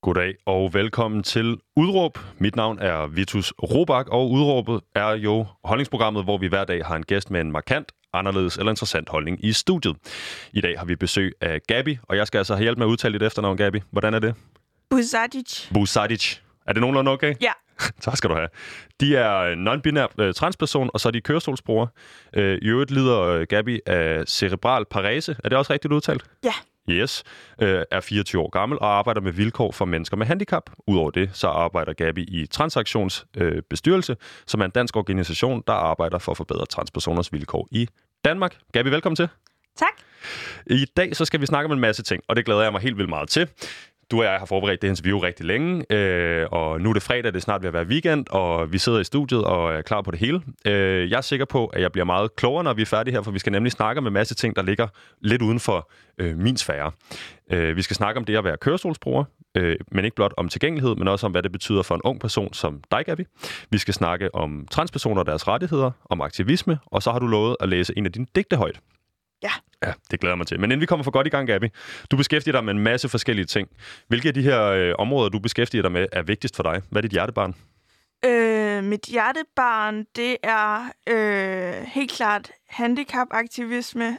Goddag og velkommen til Udråb. Mit navn er Vitus Robak, og Udråbet er jo holdningsprogrammet, hvor vi hver dag har en gæst med en markant, anderledes eller interessant holdning i studiet. I dag har vi besøg af Gabi, og jeg skal altså have hjælp med at udtale dit efternavn, Gabi. Hvordan er det? Busadic. Busadic. Er det nogenlunde okay? Ja. Tak skal du have. De er non-binær transperson, og så er de kørestolsbrugere. I øvrigt lider Gabi af cerebral parese. Er det også rigtigt udtalt? Ja. Yes. Er 24 år gammel og arbejder med vilkår for mennesker med handicap. Udover det, så arbejder Gabi i Transaktions bestyrelse, som er en dansk organisation, der arbejder for at forbedre transpersoners vilkår i Danmark. Gabi, velkommen til. Tak. I dag så skal vi snakke om en masse ting, og det glæder jeg mig helt vildt meget til. Du og jeg har forberedt det interview rigtig længe, og nu er det fredag, det er snart ved at være weekend, og vi sidder i studiet og er klar på det hele. Jeg er sikker på, at jeg bliver meget klogere, når vi er færdige her, for vi skal nemlig snakke om en masse ting, der ligger lidt uden for min sfære. Vi skal snakke om det at være kørestolsbruger, men ikke blot om tilgængelighed, men også om, hvad det betyder for en ung person som dig, Gabi. Vi skal snakke om transpersoner og deres rettigheder, om aktivisme, og så har du lovet at læse en af dine digte højt. Ja, det glæder mig til. Men inden vi kommer for godt i gang, Gabi, du beskæftiger dig med en masse forskellige ting. Hvilke af de her områder, du beskæftiger dig med, er vigtigst for dig? Hvad er dit hjertebarn? Mit hjertebarn, det er helt klart handicapaktivisme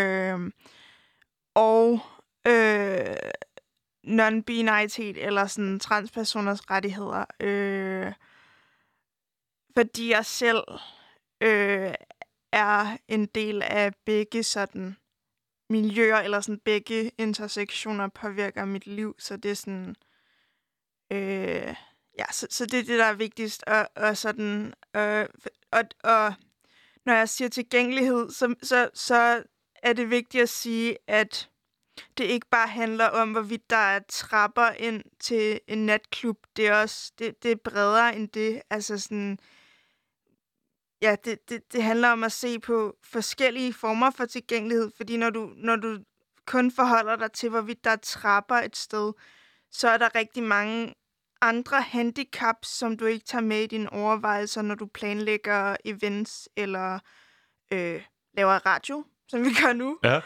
og non-binaritet eller sådan transpersoners rettigheder. Fordi jeg selv er en del af begge sådan miljøer, eller sådan begge intersektioner påvirker mit liv, så det er sådan så det er det, der er vigtigst, og sådan og når jeg siger tilgængelighed, så er det vigtigt at sige, at det ikke bare handler om, hvorvidt der er trapper ind til en natklub, det er også det er bredere end det, altså sådan. Ja, det handler om at se på forskellige former for tilgængelighed, fordi når du kun forholder dig til, hvorvidt der er trapper et sted, så er der rigtig mange andre handicaps, som du ikke tager med i dine overvejelser, når du planlægger events eller laver radio, som vi gør nu. Ja.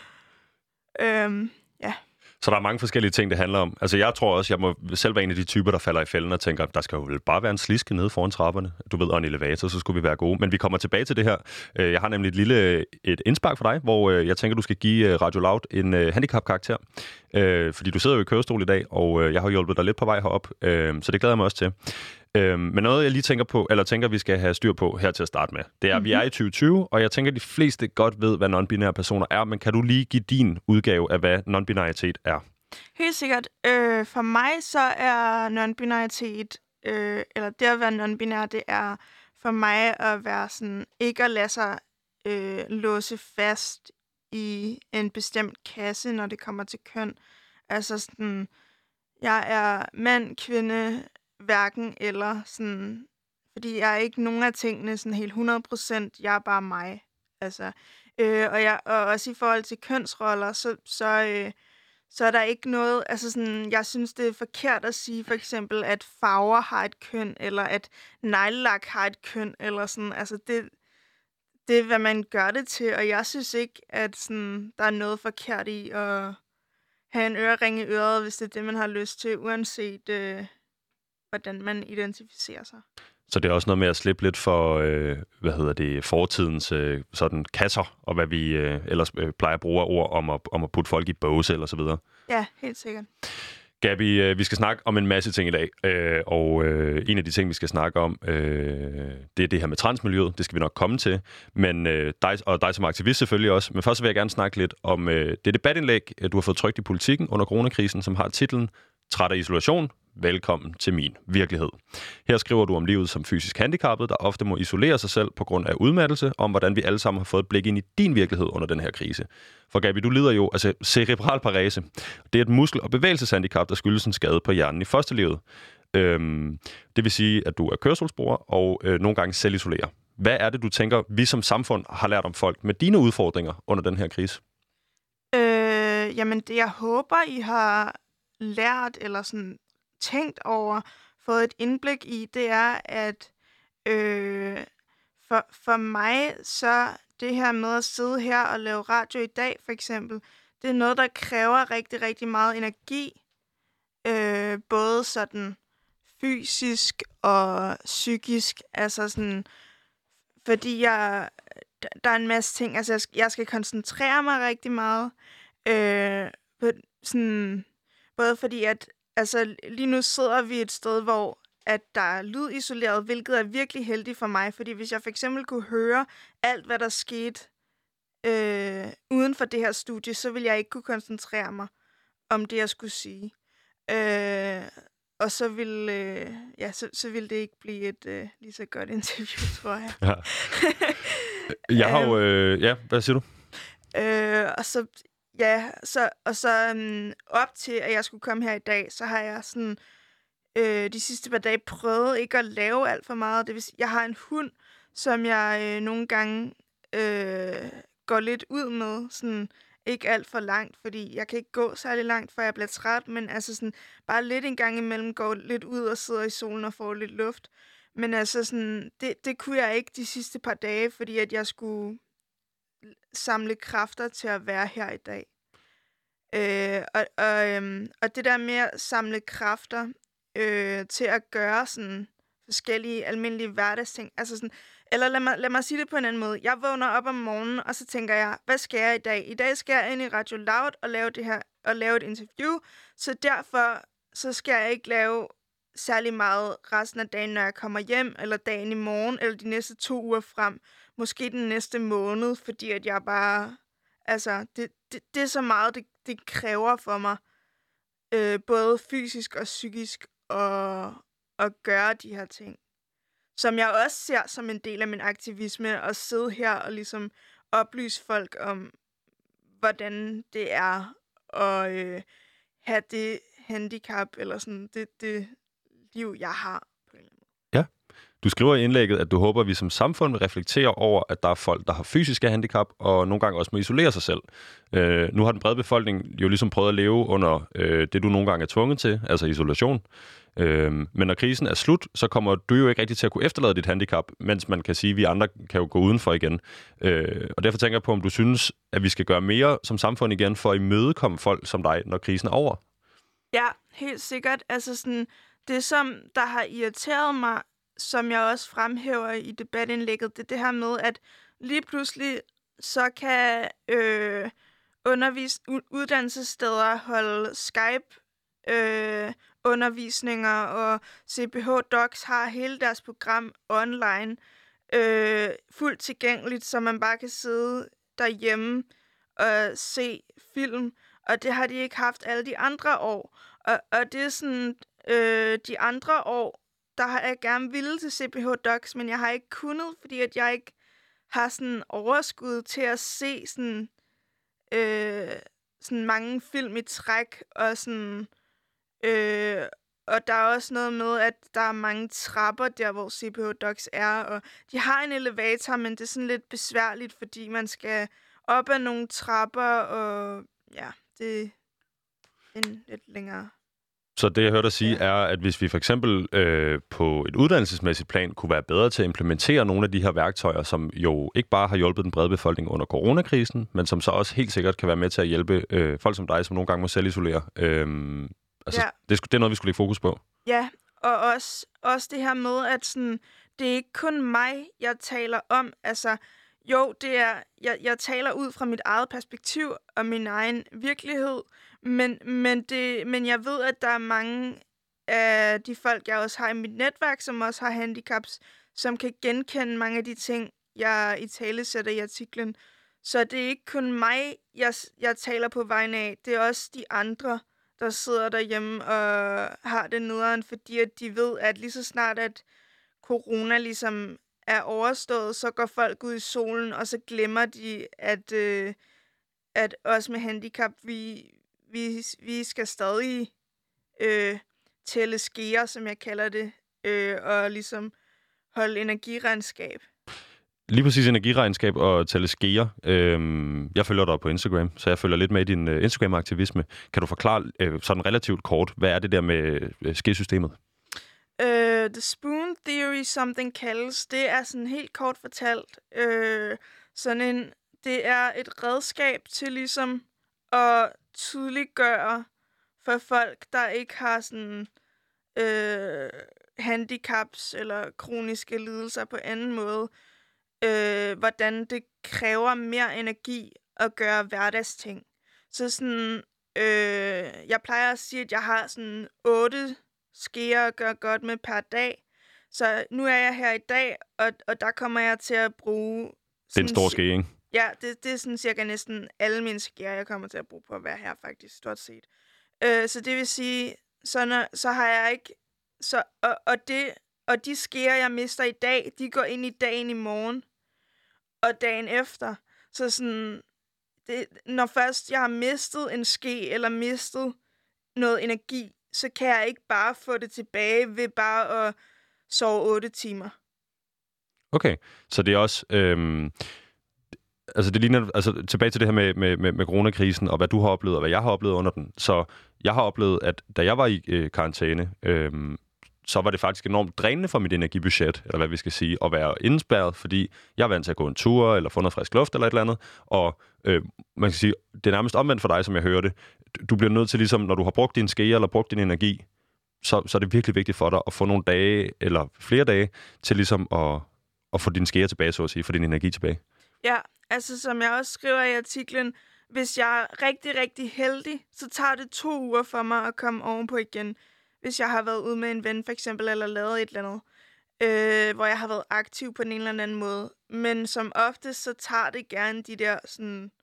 Ja. Så der er mange forskellige ting, det handler om. Altså jeg tror også, jeg må selv være en af de typer, der falder i fælden og tænker, der skal jo vel bare være en sliske nede foran trapperne. Du ved, og en elevator, så skulle vi være gode. Men vi kommer tilbage til det her. Jeg har nemlig et indspark for dig, hvor jeg tænker, du skal give Radio Loud en handicap-karakter. Fordi du sidder jo i kørestol i dag, og jeg har hjulpet dig lidt på vej herop. Så det glæder jeg mig også til. Men noget, jeg lige tænker, vi skal have styr på her til at starte med, det er, at vi er i 2020, og jeg tænker, at de fleste godt ved, hvad non-binære personer er, men kan du lige give din udgave af, hvad non-binaritet er? Helt sikkert. For mig så er non-binaritet, eller det at være non-binær, det er for mig at være sådan, ikke at lade sig låse fast i en bestemt kasse, når det kommer til køn. Altså sådan, jeg er mand, kvinde, hverken eller sådan, fordi jeg er ikke nogen af tingene sådan helt 100%, jeg er bare mig. Altså, og også i forhold til kønsroller, så er der ikke noget, altså sådan, jeg synes, det er forkert at sige for eksempel, at farver har et køn, eller at neglelak har et køn, eller sådan, altså det er, hvad man gør det til, og jeg synes ikke, at sådan, der er noget forkert i at have en ørering i øret, hvis det er det, man har lyst til, uanset hvordan man identificerer sig. Så det er også noget med at slippe lidt for, fortidens sådan kasser, og hvad vi ellers plejer at bruge ord om at putte folk i båse eller så videre. Ja, helt sikkert. Gabi, vi skal snakke om en masse ting i dag, og en af de ting, vi skal snakke om, det er det her med transmiljøet. Det skal vi nok komme til, men dig som aktivist selvfølgelig også. Men først vil jeg gerne snakke lidt om det debatindlæg, du har fået trykt i Politiken under coronakrisen, som har titlen Træt af isolation. Velkommen til min virkelighed. Her skriver du om livet som fysisk handicappet, der ofte må isolere sig selv på grund af udmattelse, om hvordan vi alle sammen har fået et blik ind i din virkelighed under den her krise. For Gabi, du lider jo altså cerebral parese. Det er et muskel- og bevægelseshandicap, der skyldes en skade på hjernen i fosterlivet. Det vil sige, at du er kørestolsbruger og nogle gange selvisolerer. Hvad er det, du tænker, vi som samfund har lært om folk med dine udfordringer under den her krise? Jamen, det jeg håber, I har lært eller sådan tænkt over, fået et indblik i, det er, at for mig, så det her med at sidde her og lave radio i dag, for eksempel, det er noget, der kræver rigtig, rigtig meget energi. både sådan fysisk og psykisk. Altså sådan, fordi der er en masse ting. Altså jeg skal koncentrere mig rigtig meget. Sådan, både fordi at altså lige nu sidder vi et sted, hvor at der er lydisoleret, hvilket er virkelig heldigt for mig, fordi hvis jeg for eksempel kunne høre alt, hvad der skete uden for det her studie, så ville jeg ikke kunne koncentrere mig om det, jeg skulle sige. Og så ville, så ville det ikke blive et lige så godt interview, tror jeg. Ja. Jeg har jo... hvad siger du? Og så op til, at jeg skulle komme her i dag, så har jeg sådan de sidste par dage prøvet ikke at lave alt for meget. Det vil sige, jeg har en hund, som jeg nogle gange går lidt ud med, sådan ikke alt for langt, fordi jeg kan ikke gå særlig langt, for jeg bliver træt, men altså sådan bare lidt en gang imellem går lidt ud og sidder i solen og får lidt luft. Men altså sådan, det kunne jeg ikke de sidste par dage, fordi at jeg skulle samle kræfter til at være her i dag. Og det der med at samle kræfter til at gøre sådan forskellige almindelige hverdagsting, altså sådan, eller lad mig sige det på en anden måde. Jeg vågner op om morgenen, og så tænker jeg, hvad skal jeg i dag? I dag skal jeg ind i Radio Loud og lave det her, og lave et interview, så derfor så skal jeg ikke lave særlig meget resten af dagen, når jeg kommer hjem, eller dagen i morgen, eller de næste 2 uger frem, måske den næste måned, fordi at jeg bare, altså, det er så meget, det kræver for mig, både fysisk og psykisk, at gøre de her ting. Som jeg også ser som en del af min aktivisme, at sidde her og ligesom oplyse folk om, hvordan det er at have det handicap, eller sådan det liv, jeg har. På en eller anden måde. Ja. Du skriver i indlægget, at du håber, at vi som samfund vil reflektere over, at der er folk, der har fysiske handicap, og nogle gange også må isolere sig selv. Nu har den brede befolkning jo ligesom prøvet at leve under det, du nogle gange er tvunget til, altså isolation. Men når krisen er slut, så kommer du jo ikke rigtig til at kunne efterlade dit handicap, mens man kan sige, at vi andre kan jo gå udenfor igen. Og derfor tænker jeg på, om du synes, at vi skal gøre mere som samfund igen, for at imødekomme folk som dig, når krisen er over. Ja, helt sikkert. Altså sådan, det som der har irriteret mig, som jeg også fremhæver i debatindlægget, det er det her med, at lige pludselig så kan uddannelsessteder holde Skype-undervisninger, og CPH Docs har hele deres program online, fuldt tilgængeligt, så man bare kan sidde derhjemme og se film, og det har de ikke haft alle de andre år. Og det er sådan, de andre år, der har jeg gerne ville til CPH Docs, men jeg har ikke kunnet, fordi at jeg ikke har sådan overskud til at se sådan, sådan mange film i træk, og sådan, og der er også noget med, at der er mange trapper der, hvor CPH Docs er, og de har en elevator, men det er sådan lidt besværligt, fordi man skal op ad nogle trapper, og ja, det er en lidt længere. Så det, jeg hørte dig sige, er, at hvis vi for eksempel på et uddannelsesmæssigt plan kunne være bedre til at implementere nogle af de her værktøjer, som jo ikke bare har hjulpet den brede befolkning under coronakrisen, men som så også helt sikkert kan være med til at hjælpe folk som dig, som nogle gange må selvisolere. Altså, det er noget, vi skulle lægge fokus på. Ja, og også det her med, at sådan, det er ikke kun mig, jeg taler om. Altså, jo, det er, jeg taler ud fra mit eget perspektiv og min egen virkelighed, men jeg ved, at der er mange af de folk, jeg også har i mit netværk, som også har handicaps, som kan genkende mange af de ting, jeg italesætter i artiklen. Så det er ikke kun mig, jeg taler på vegne af. Det er også de andre, der sidder derhjemme og har det nederen, fordi at de ved, at lige så snart, at corona ligesom er overstået, så går folk ud i solen, og så glemmer de, at os med handicap, vi skal stadig tælle skeer, som jeg kalder det, og ligesom holde energiregnskab. Lige præcis energiregnskab og tælle skeer. Jeg følger dig på Instagram, så jeg følger lidt med i din Instagram-aktivisme. Kan du forklare sådan relativt kort, hvad er det der med skesystemet? The Spoon Theory, som den kaldes, det er sådan helt kort fortalt det er et redskab til ligesom at tydeliggøre for folk, der ikke har sådan handicaps eller kroniske lidelser på anden måde, hvordan det kræver mere energi at gøre hverdagsting. Så sådan, jeg plejer at sige, at jeg har sådan 8 skeer at gøre godt med per dag. Så nu er jeg her i dag, og der kommer jeg til at bruge... Det er en stor ske, ikke? Ja, det er sådan cirka næsten alle mine skeer, jeg kommer til at bruge på at være her, faktisk, stort set. Så det vil sige, så har jeg ikke... Og de skeer, jeg mister i dag, de går ind i dagen i morgen og dagen efter. Så sådan, når først jeg har mistet en ske eller mistet noget energi, så kan jeg ikke bare få det tilbage ved bare at sove 8 timer. Okay, så det er også... det ligner, tilbage til det her med coronakrisen, og hvad du har oplevet, og hvad jeg har oplevet under den. Så jeg har oplevet, at da jeg var i karantæne, så var det faktisk enormt drænende for mit energibudget, eller hvad vi skal sige, at være indespærret, fordi jeg er vant til at gå en tur, eller få noget frisk luft, eller et eller andet. Og man kan sige, det er nærmest omvendt for dig, som jeg hører det. Du bliver nødt til, ligesom, når du har brugt din ske, eller brugt din energi, så er det virkelig vigtigt for dig at få nogle dage, eller flere dage, til ligesom at få dine skeer tilbage, så at sige, få din energi tilbage. Ja, altså som jeg også skriver i artiklen, hvis jeg er rigtig, rigtig heldig, så tager det 2 uger for mig at komme ovenpå igen. Hvis jeg har været ude med en ven, for eksempel, eller lavet et eller andet, hvor jeg har været aktiv på en eller anden måde. Men som oftest, så tager det gerne de der sådan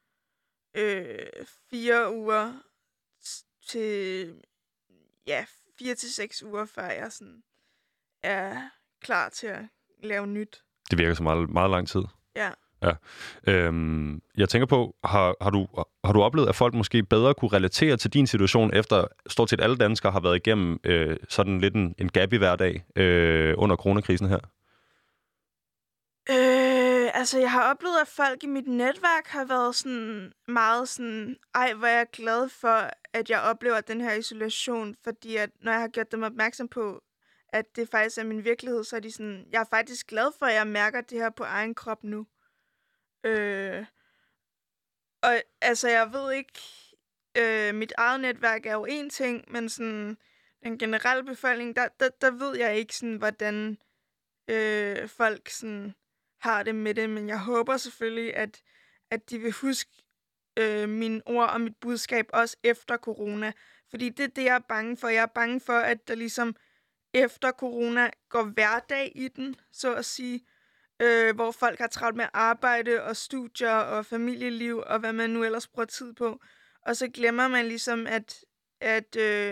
4 uger til, 4 til 6 uger, før jeg sådan er klar til at lave nyt. Det virker så meget, meget lang tid. Ja. Ja. Jeg tænker på, har du oplevet, at folk måske bedre kunne relatere til din situation, efter stort set alle danskere har været igennem sådan lidt en gap i hverdag under coronakrisen her? Jeg har oplevet, at folk i mit netværk har været sådan meget sådan, hvor jeg er glad for, at jeg oplever den her isolation, fordi at når jeg har gjort dem opmærksom på, at det faktisk er min virkelighed, så er de sådan, jeg er faktisk glad for, at jeg mærker det her på egen krop nu. Og altså, jeg ved ikke, mit eget netværk er jo en ting, men sådan den generelle befolkning, der ved jeg ikke sådan, hvordan folk sådan har det med det, men jeg håber selvfølgelig, at de vil huske mine ord og mit budskab også efter corona, fordi det er det, jeg er bange for. Jeg er bange for, at der ligesom efter corona går hverdag i den, så at sige, hvor folk har travlt med arbejde og studier og familieliv og hvad man nu ellers bruger tid på. Og så glemmer man ligesom, at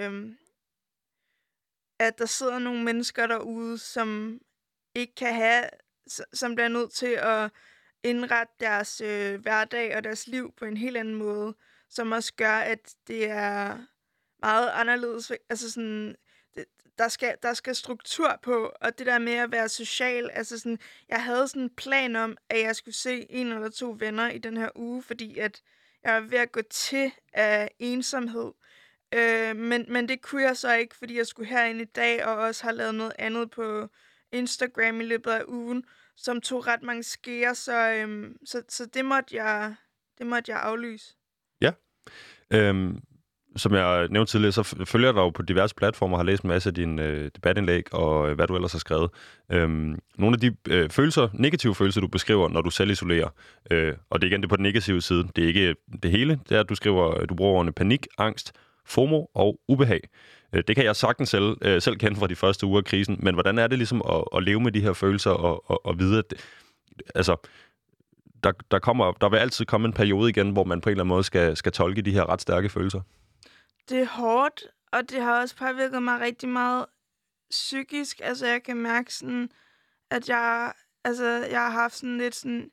der sidder nogle mennesker derude, som ikke kan have, som bliver nødt til at indrette deres hverdag og deres liv på en helt anden måde, som også gør, at det er meget anderledes. Altså sådan, der skal struktur på, og det der med at være social, altså sådan, jeg havde sådan en plan om, at jeg skulle se 1 eller 2 venner i den her uge, fordi at jeg var ved at gå til af ensomhed. Men det kunne jeg så ikke, fordi jeg skulle herind i dag, og også har lavet noget andet på Instagram i løbet af ugen, som tog ret mange skeer, så det måtte jeg aflyse. Ja. Som jeg nævnte tidligere, så følger der jo på diverse platformer og har læst en masse af dine debatindlæg og hvad du ellers har skrevet. Nogle af de negative følelser, du beskriver, når du selv isolerer, og det er igen det på den negative side, det er ikke det hele, det er, at du bruger ordene panik, angst, FOMO og ubehag. Det kan jeg sagtens selv kende fra de første uger af krisen, men hvordan er det ligesom at leve med de her følelser og vide, at der vil altid komme en periode igen, hvor man på en eller anden måde skal tolke de her ret stærke følelser? Det er hårdt, og det har også påvirket mig rigtig meget psykisk. Altså, jeg kan mærke sådan, at jeg har haft sådan lidt sådan...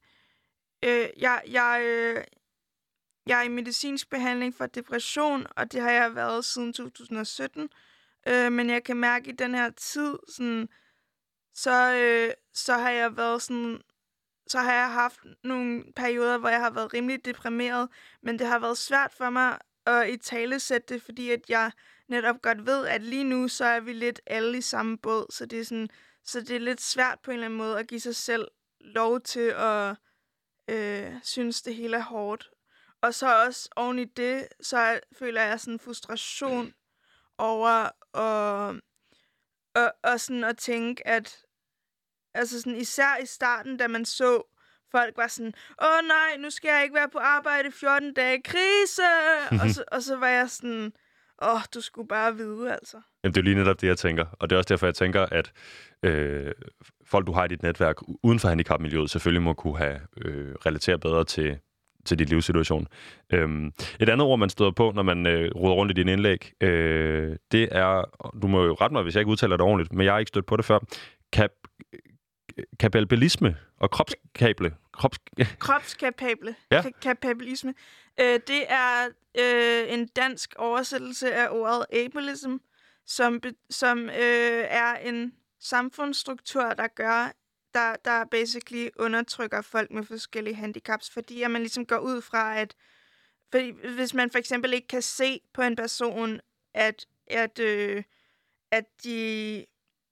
Jeg er i medicinsk behandling for depression, og det har jeg været siden 2017. Men jeg kan mærke i den her tid, sådan, så har jeg været sådan... Så har jeg haft nogle perioder, hvor jeg har været rimelig deprimeret, men det har været svært for mig at italesætte det, fordi at jeg netop godt ved, at lige nu, så er vi lidt alle i samme båd, så det er lidt svært på en eller anden måde at give sig selv lov til at synes, det hele er hårdt. Og så også oven i det, så føler jeg sådan frustration over og sådan at tænke, at altså sådan, især i starten, da man så folk var sådan, nej, nu skal jeg ikke være på arbejde 14 dage, krise! og så var jeg sådan, du skulle bare vide, altså. Jamen, det er lige netop det, jeg tænker. Og det er også derfor, jeg tænker, at folk, du har i dit netværk uden for handicapmiljøet, selvfølgelig må kunne have relateret bedre til dit livssituation. Et andet ord, man støder på, når man roder rundt i dine indlæg, det er, du må jo rette mig, hvis jeg ikke udtaler det ordentligt, men jeg har ikke stødt på det før, kapabilisme og Kropskapable. Ja. Kapabilisme. Det er en dansk oversættelse af ordet ableism, som er en samfundsstruktur, der basically undertrykker folk med forskellige handicaps, fordi at man ligesom går ud fra, at fordi hvis man for eksempel ikke kan se på en person, at de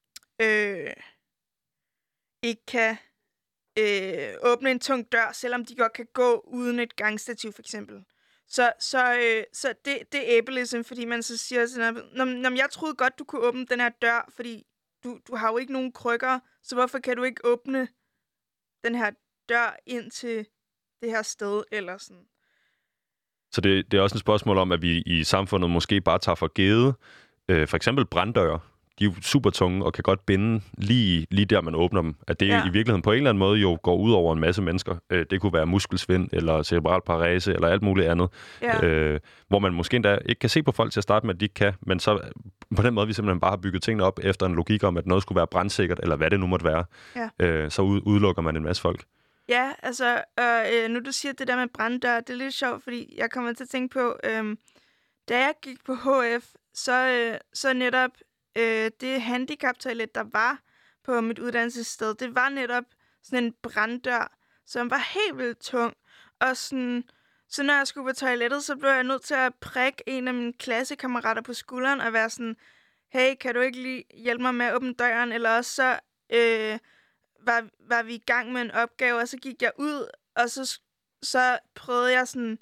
ikke kan åbne en tung dør, selvom de godt kan gå uden et gangstativ, for eksempel. Så det er ableism, fordi man så siger sådan, jeg troede godt, du kunne åbne den her dør, fordi du har jo ikke nogen krykker, så hvorfor kan du ikke åbne den her dør ind til det her sted, eller sådan. Så det er også et spørgsmål om, at vi i samfundet måske bare tager for givet, for eksempel branddøre. De er jo super tunge og kan godt binde lige der, man åbner dem. At det i virkeligheden på en eller anden måde jo går ud over en masse mennesker. Det kunne være muskelsvind, eller cerebral parese, eller alt muligt andet. Hvor man måske endda ikke kan se på folk til at starte med, at de ikke kan. Men så på den måde, vi simpelthen bare har bygget tingene op efter en logik om, at noget skulle være brandsikkert, eller hvad det nu måtte være. Så udelukker man en masse folk. Ja, altså, nu du siger det der med branddør, det er lidt sjovt, fordi jeg kommer til at tænke på, da jeg gik på HF, så netop det handicaptoilet, der var på mit uddannelsessted, det var netop sådan en branddør, som var helt vildt tung. Og sådan, så når jeg skulle på toilettet, så blev jeg nødt til at prikke en af mine klassekammerater på skulderen og være sådan, hey, kan du ikke lige hjælpe mig med at åbne døren? Eller også så var vi i gang med en opgave, og så gik jeg ud, og så prøvede jeg sådan,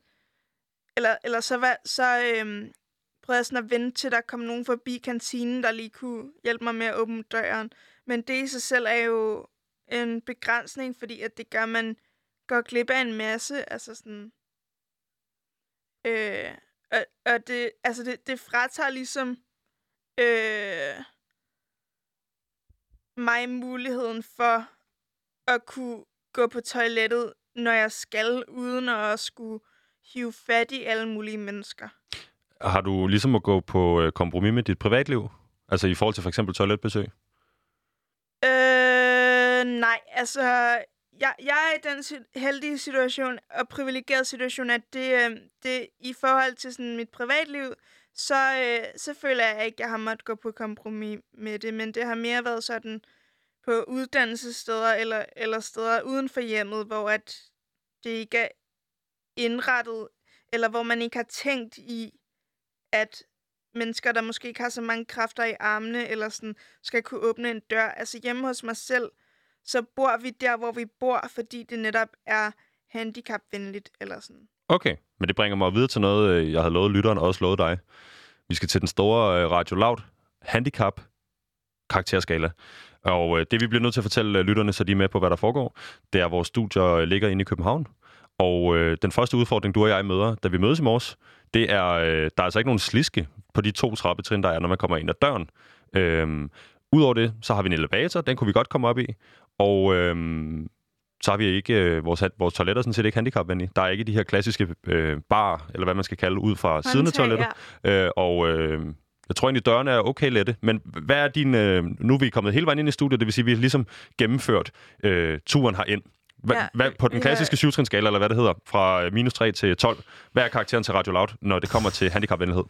prøvede jeg sådan at vente til, der kom nogen forbi kantinen, der lige kunne hjælpe mig med at åbne døren. Men det i sig selv er jo en begrænsning, fordi at det gør, at man går glip af en masse, altså sådan. Og det fratager ligesom mig muligheden for at kunne gå på toilettet, når jeg skal, uden at skulle hive fat i alle mulige mennesker. Har du ligesom at gå på kompromis med dit privatliv? Altså i forhold til for eksempel toiletbesøg? Nej, altså jeg er i den heldige situation og privilegerede situation, at det i forhold til sådan mit privatliv, så føler jeg ikke, at jeg har måttet gå på kompromis med det, men det har mere været sådan på uddannelsessteder eller steder uden for hjemmet, hvor at det ikke er indrettet, eller hvor man ikke har tænkt i, at mennesker, der måske ikke har så mange kræfter i armene, eller sådan, skal kunne åbne en dør. Altså hjemme hos mig selv, så bor vi der, hvor vi bor, fordi det netop er handicapvenligt, eller sådan. Okay, men det bringer mig videre til noget, jeg havde lovet lytteren, og også lovet dig. Vi skal til den store Radio Loud handicap karakterskala. Og det, vi bliver nødt til at fortælle lytterne, så de er med på, hvad der foregår, det er, at vores studier ligger inde i København. Og den første udfordring, du og jeg møder, da vi mødes i morges, det er, der er altså ikke nogen sliske på de 2 trappetrin, der er, når man kommer ind ad døren. Udover det, så har vi en elevator, den kunne vi godt komme op i. Og så har vi ikke, vores toiletter sådan set ikke handicapvenlige. Der er ikke de her klassiske bar, eller hvad man skal kalde, ud fra siden af toilettet. Ja. Jeg tror egentlig, dørene er okay lette, men hvad er din... nu er vi kommet hele vejen ind i studiet, det vil sige, at vi har ligesom gennemført turen herind. Hvad, på den klassiske 7-trinsskala, eller hvad det hedder, fra -3 til 12, hvad er karakteren til Radio Loud, når det kommer til handicapvenlighed?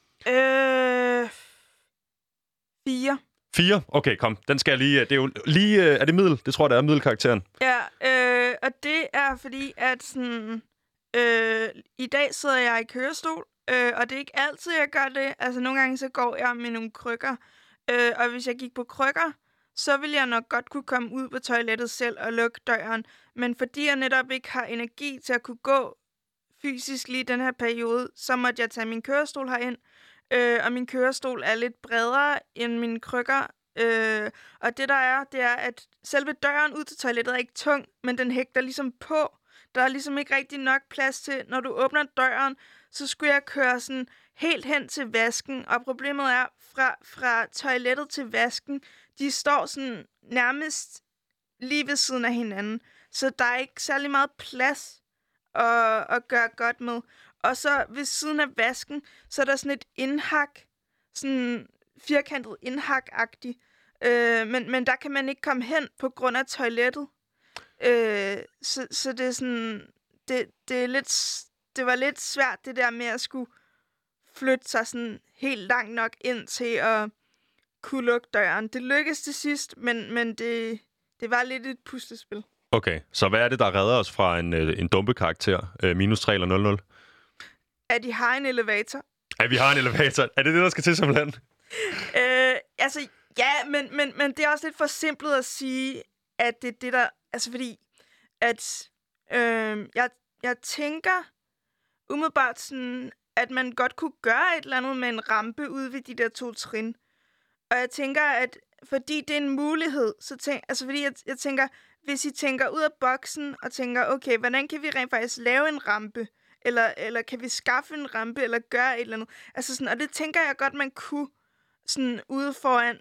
4. 4? Okay, kom. Den skal jeg lige... Det er jo lige... Er det middel? Det tror jeg, det er middelkarakteren. Ja, og det er fordi, at sådan... I dag sidder jeg i kørestol, og det er ikke altid, jeg gør det. Altså, nogle gange så går jeg med nogle krykker. Og hvis jeg gik på krykker, så ville jeg nok godt kunne komme ud på toilettet selv og lukke døren. Men fordi jeg netop ikke har energi til at kunne gå fysisk lige i den her periode, så måtte jeg tage min kørestol herind. og min kørestol er lidt bredere end mine krykker. Og det er, at selve døren ud til toilettet er ikke tung, men den hægter ligesom på. Der er ligesom ikke rigtig nok plads til, når du åbner døren, så skulle jeg køre sådan helt hen til vasken. Og problemet er, fra toilettet til vasken, de står sådan nærmest lige ved siden af hinanden. Så der er ikke særlig meget plads at gøre godt med. Og så ved siden af vasken, så er der sådan et indhak, sådan firkantet indhak-agtigt. Men der kan man ikke komme hen på grund af toilettet. Så det er sådan, det var lidt svært det der med at skulle flytte sig sådan helt langt nok ind til at kunne lukke døren. Det lykkedes til sidst, men det var lidt et puslespil. Okay, så hvad er det, der redder os fra en dumpekarakter? -3 eller 0,0? At de har en elevator. At vi har en elevator? Er det det, der skal til simpelthen? Altså, ja, men det er også lidt for simpelt at sige, at det er det, der... Altså, fordi at jeg tænker umiddelbart sådan, at man godt kunne gøre et eller andet med en rampe ude ved de der 2 trin. Og jeg tænker, at fordi det er en mulighed, fordi jeg tænker, hvis I tænker ud af boksen og tænker, okay, hvordan kan vi rent faktisk lave en rampe? Eller kan vi skaffe en rampe, eller gøre et eller andet? Altså sådan, og det tænker jeg godt, man kunne sådan ude foran...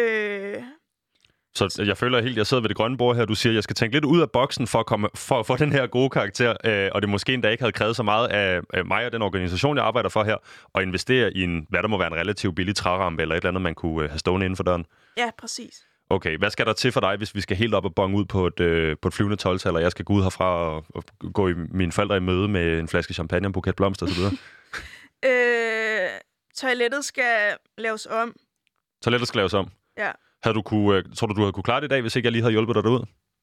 Så jeg føler helt, jeg sidder ved det grønne bord her, du siger, at jeg skal tænke lidt ud af boksen for at få den her gode karakter, og det måske endda ikke havde krævet så meget af mig og den organisation, jeg arbejder for her, og investere i hvad der må være en relativt billig trærampe, eller et eller andet, man kunne have stående inden for døren. Ja, præcis. Okay, hvad skal der til for dig, hvis vi skal helt op og bonge ud på et flyvende 12-tal, og jeg skal gå ud herfra og gå i mine forældre i møde med en flaske champagne, en buket blomster osv.? Toilettet skal laves om. Toilettet skal laves om? Ja. Tror du havde kunne klare det i dag, hvis ikke jeg lige havde hjulpet dig derud?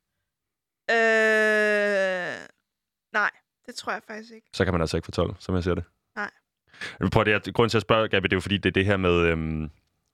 Nej, det tror jeg faktisk ikke. Så kan man altså ikke få 12, som jeg ser det. Nej. Grunden til at spørge, Gabi, det er jo fordi, det er det her med...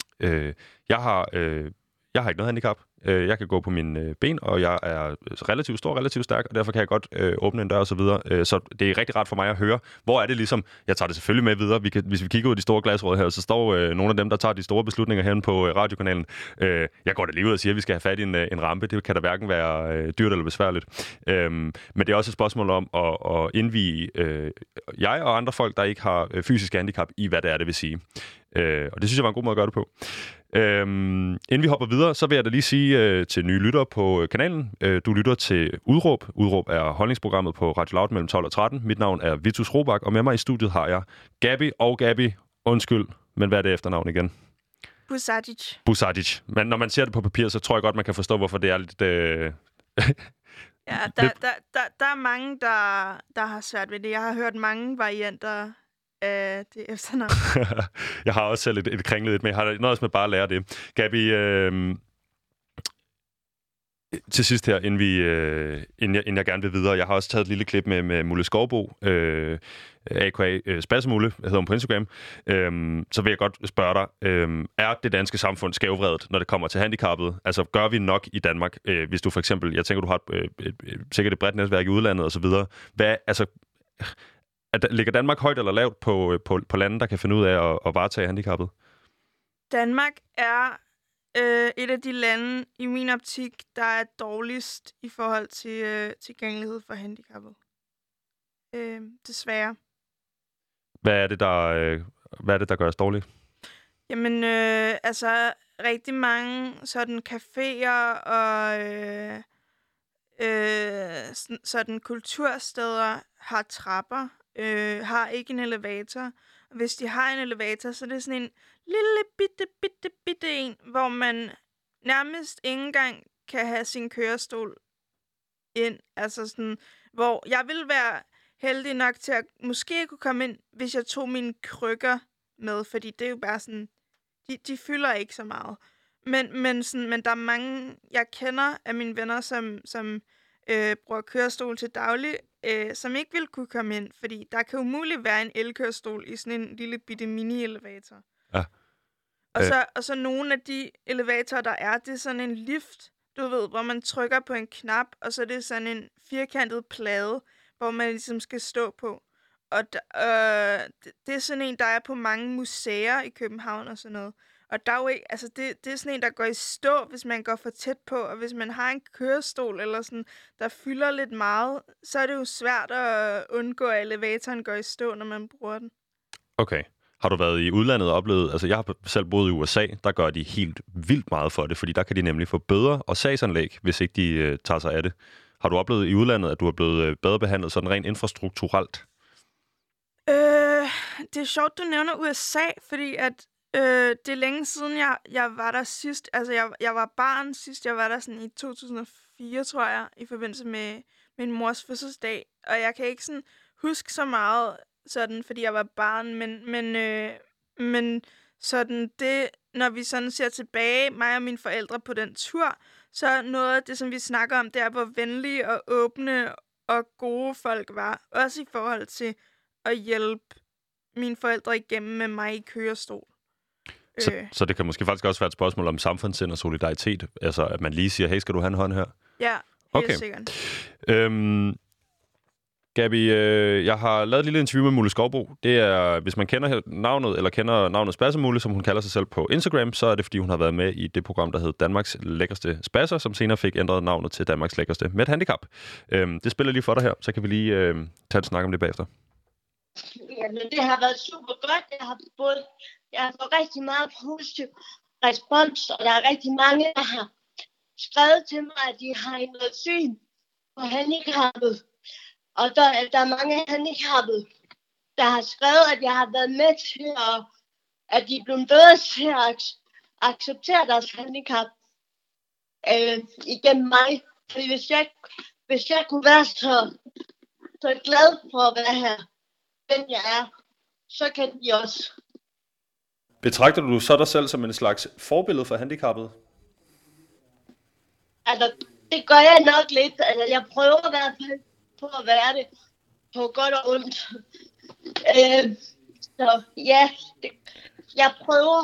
Jeg har ikke noget handicap. Jeg kan gå på mine ben, og jeg er relativt stor, relativt stærk, og derfor kan jeg godt åbne en dør og så videre. Så det er rigtig rart for mig at høre, hvor er det ligesom... Jeg tager det selvfølgelig med videre. Hvis vi kigger ud i de store glasråd her, så står nogle af dem, der tager de store beslutninger herinde på radiokanalen. Jeg går da lige ud og siger, at vi skal have fat i en rampe. Det kan da hverken være dyrt eller besværligt. Men det er også et spørgsmål om at indvige jeg og andre folk, der ikke har fysisk handicap, i hvad det er, det vil sige. Og det synes jeg var en god måde at gøre det på. Inden vi hopper videre, så vil jeg da lige sige til nye lyttere på kanalen, du lytter til Udråb. Udråb er holdningsprogrammet på Radio Loud mellem 12 og 13. Mit navn er Vitus Robak, og med mig i studiet har jeg Gabi. Undskyld, men hvad er det efternavn igen? Busadic. Men når man ser det på papir, så tror jeg godt, man kan forstå, hvorfor det er lidt... Ja, der er mange, der har svært ved det. Jeg har hørt mange varianter af det efternavn. Jeg har også selv et kringlet et, men jeg har noget med bare at lære det. Gabi, til sidst her, inden jeg gerne vil videre, jeg har også taget et lille klip med Mulle Skovbo, a.k.a. Spassemulle, hedder hun på Instagram. Så vil jeg godt spørge dig, er det danske samfund skævvredet, når det kommer til handicappede? Altså, gør vi nok i Danmark, hvis du for eksempel, jeg tænker, du har sikkert et bredt netværk i udlandet og så videre. Ligger Danmark højt eller lavt på lande, der kan finde ud af at varetage handicappet? Danmark er et af de lande, i min optik, der er dårligst i forhold til tilgængelighed for handicappede. Desværre. Hvad er det, der gør os dårligt? Jamen, rigtig mange sådan caféer og sådan kultursteder har trapper, har ikke en elevator. Og hvis de har en elevator, så er det sådan en lille bitte en, hvor man nærmest ikke engang kan have sin kørestol ind. Altså sådan, hvor jeg ville være heldig nok til at måske kunne komme ind, hvis jeg tog mine krykker med, fordi det er jo bare sådan, de fylder ikke så meget. Men der er mange, jeg kender af mine venner, som bruger kørestol til daglig, som ikke vil kunne komme ind, fordi der kan umuligt være en elkørestol i sådan en lille bitte mini-elevator. Ja. Og så nogle af de elevatorer, der er, det er sådan en lift, du ved, hvor man trykker på en knap, og så er det sådan en firkantet plade, hvor man ligesom skal stå på. det er sådan en, der er på mange museer i København og sådan noget. Og der er jo ikke, altså det er sådan en, der går i stå, hvis man går for tæt på, og hvis man har en kørestol eller sådan, der fylder lidt meget, så er det jo svært at undgå, at elevatoren går i stå, når man bruger den. Okay. Har du været i udlandet og oplevet, altså jeg har selv boet i USA, der gør de helt vildt meget for det, fordi der kan de nemlig få bøder og sagsanlæg, hvis ikke de tager sig af det. Har du oplevet i udlandet, at du er blevet bedre behandlet sådan rent infrastrukturelt? Det er sjovt, du nævner USA, fordi at det er længe siden, jeg var der sidst. Altså, jeg var barn sidst. Jeg var der sådan i 2004, tror jeg, i forbindelse med min mors fødselsdag. Og jeg kan ikke sådan huske så meget sådan, fordi jeg var barn, men sådan det, når vi sådan ser tilbage, mig og mine forældre på den tur, så noget af det, som vi snakker om, det er, hvor venlige og åbne og gode folk var. Også i forhold til at hjælpe mine forældre igennem med mig i kørestol. Så det kan måske faktisk også være et spørgsmål om samfundssind og solidaritet. Altså, at man lige siger, hey, skal du have en hånd her? Ja, helt sikkert. Gabi, jeg har lavet et lille interview med Mulle Skovbo. Det er, hvis man kender navnet, eller kender navnet Spassermulle, som hun kalder sig selv på Instagram, så er det, fordi hun har været med i det program, der hed Danmarks Lækreste Spasser, som senere fik ændret navnet til Danmarks Lækreste med et handicap. Det spiller lige for dig her, så kan vi lige tage et snak om det bagefter. Jamen, det har været super godt. Jeg har fået rigtig meget positiv respons, og der er rigtig mange, der har skrevet til mig, at de har ændret syn på handicappet. Og der er mange handicappede, der har skrevet, at jeg har været med til, at de er blevet bedre til at acceptere deres handicap igennem mig. Fordi hvis jeg kunne være så glad for at være her, den jeg er, så kan de også. Betragter du så dig selv som en slags forbillede for handicappet? Altså, det gør jeg nok lidt. Altså, jeg prøver i hvert fald på at være det på godt og ondt. Så ja, jeg prøver.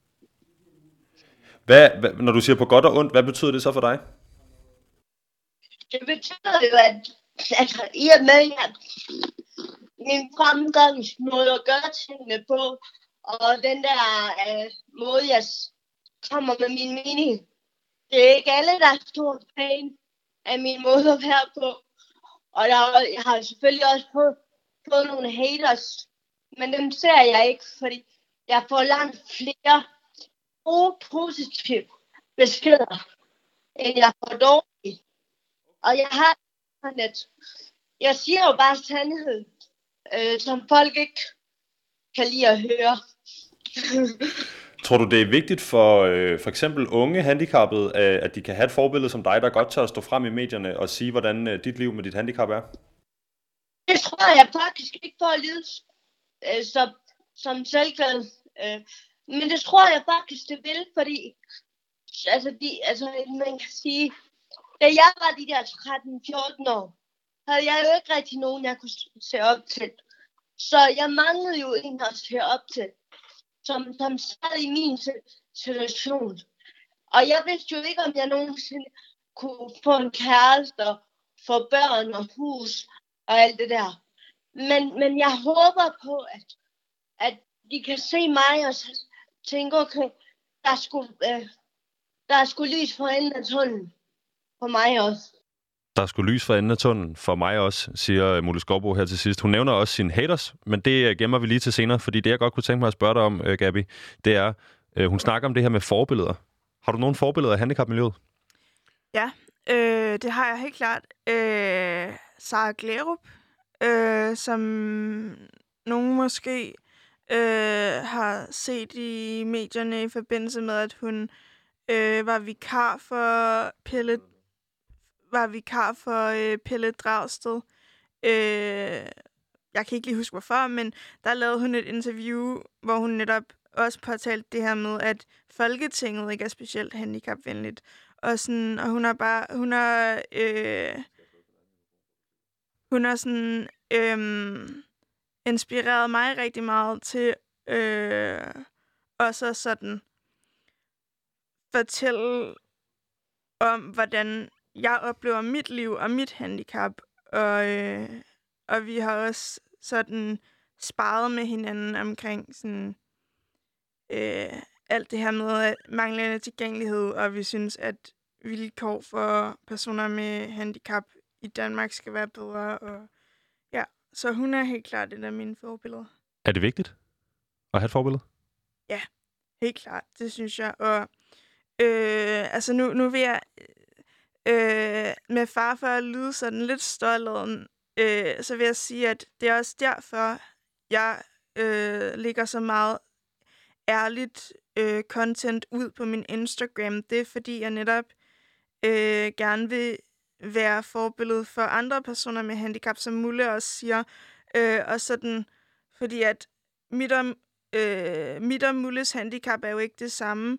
Når du siger på godt og ondt, hvad betyder det så for dig? Det betyder jo, at altså, i og med, at min fremgangsmåde at gøre tingene på, og den der måde, jeg kommer med min mening, det er ikke alle, der er stort fan af min måde at være på. Og jeg har selvfølgelig også fået nogle haters, men dem ser jeg ikke, fordi jeg får langt flere gode, positive beskeder, end jeg får dårlige. Og jeg har internet. Jeg siger jo bare sandhed, som folk ikke kan lide at høre. Tror du, det er vigtigt for eksempel unge handicappede, at de kan have et forbillede som dig, der godt tør at stå frem i medierne og sige, hvordan dit liv med dit handicap er? Det tror jeg faktisk ikke for at lide som selvglad. Men det tror jeg faktisk, det vil, fordi man kan sige, da jeg var de der 13-14 år, havde jeg jo ikke rigtig nogen, jeg kunne se op til. Så jeg manglede jo en at se op til, som sad i min situation. Og jeg vidste jo ikke, om jeg nogensinde kunne få en kæreste og få børn og hus og alt det der. Men jeg håber på, at de kan se mig og tænke, okay, der er sgu lys for enden af tunnelen for mig også. Der er sgu lys for enden af tunnelen for mig også, siger Mulle Skovbo her til sidst. Hun nævner også sine haters, men det gemmer vi lige til senere, fordi det, jeg godt kunne tænke mig at spørge dig om, Gabi, det er, hun snakker om det her med forbilleder. Har du nogle forbilleder af handicapmiljøet? Ja, det har jeg helt klart. Sara Glerup, som nogen måske har set i medierne i forbindelse med, at hun var vikar for Pelle Dragsted. Jeg kan ikke lige huske hvorfor, men der lavede hun et interview, hvor hun netop også påtalte det her med, at Folketinget ikke er specielt handicapvenligt. Og hun har sådan inspireret mig rigtig meget til også sådan fortælle om, hvordan jeg oplever mit liv og mit handicap. Og vi har også sådan sparret med hinanden omkring sådan, alt det her med manglende tilgængelighed, og vi synes, at vilkår for personer med handicap i Danmark skal være bedre. Og ja, så hun er helt klart et af mine forbilleder. Er det vigtigt at have et forbillede? Ja, helt klart. Det synes jeg. Og altså nu vil jeg med far for at lyde sådan lidt støjladen, så vil jeg sige, at det er også derfor, jeg lægger så meget ærligt content ud på min Instagram. Det er fordi, jeg netop gerne vil være forbillede for andre personer med handicap, som Mulle også siger. Og sådan, fordi at mit og Mulles handicap er jo ikke det samme.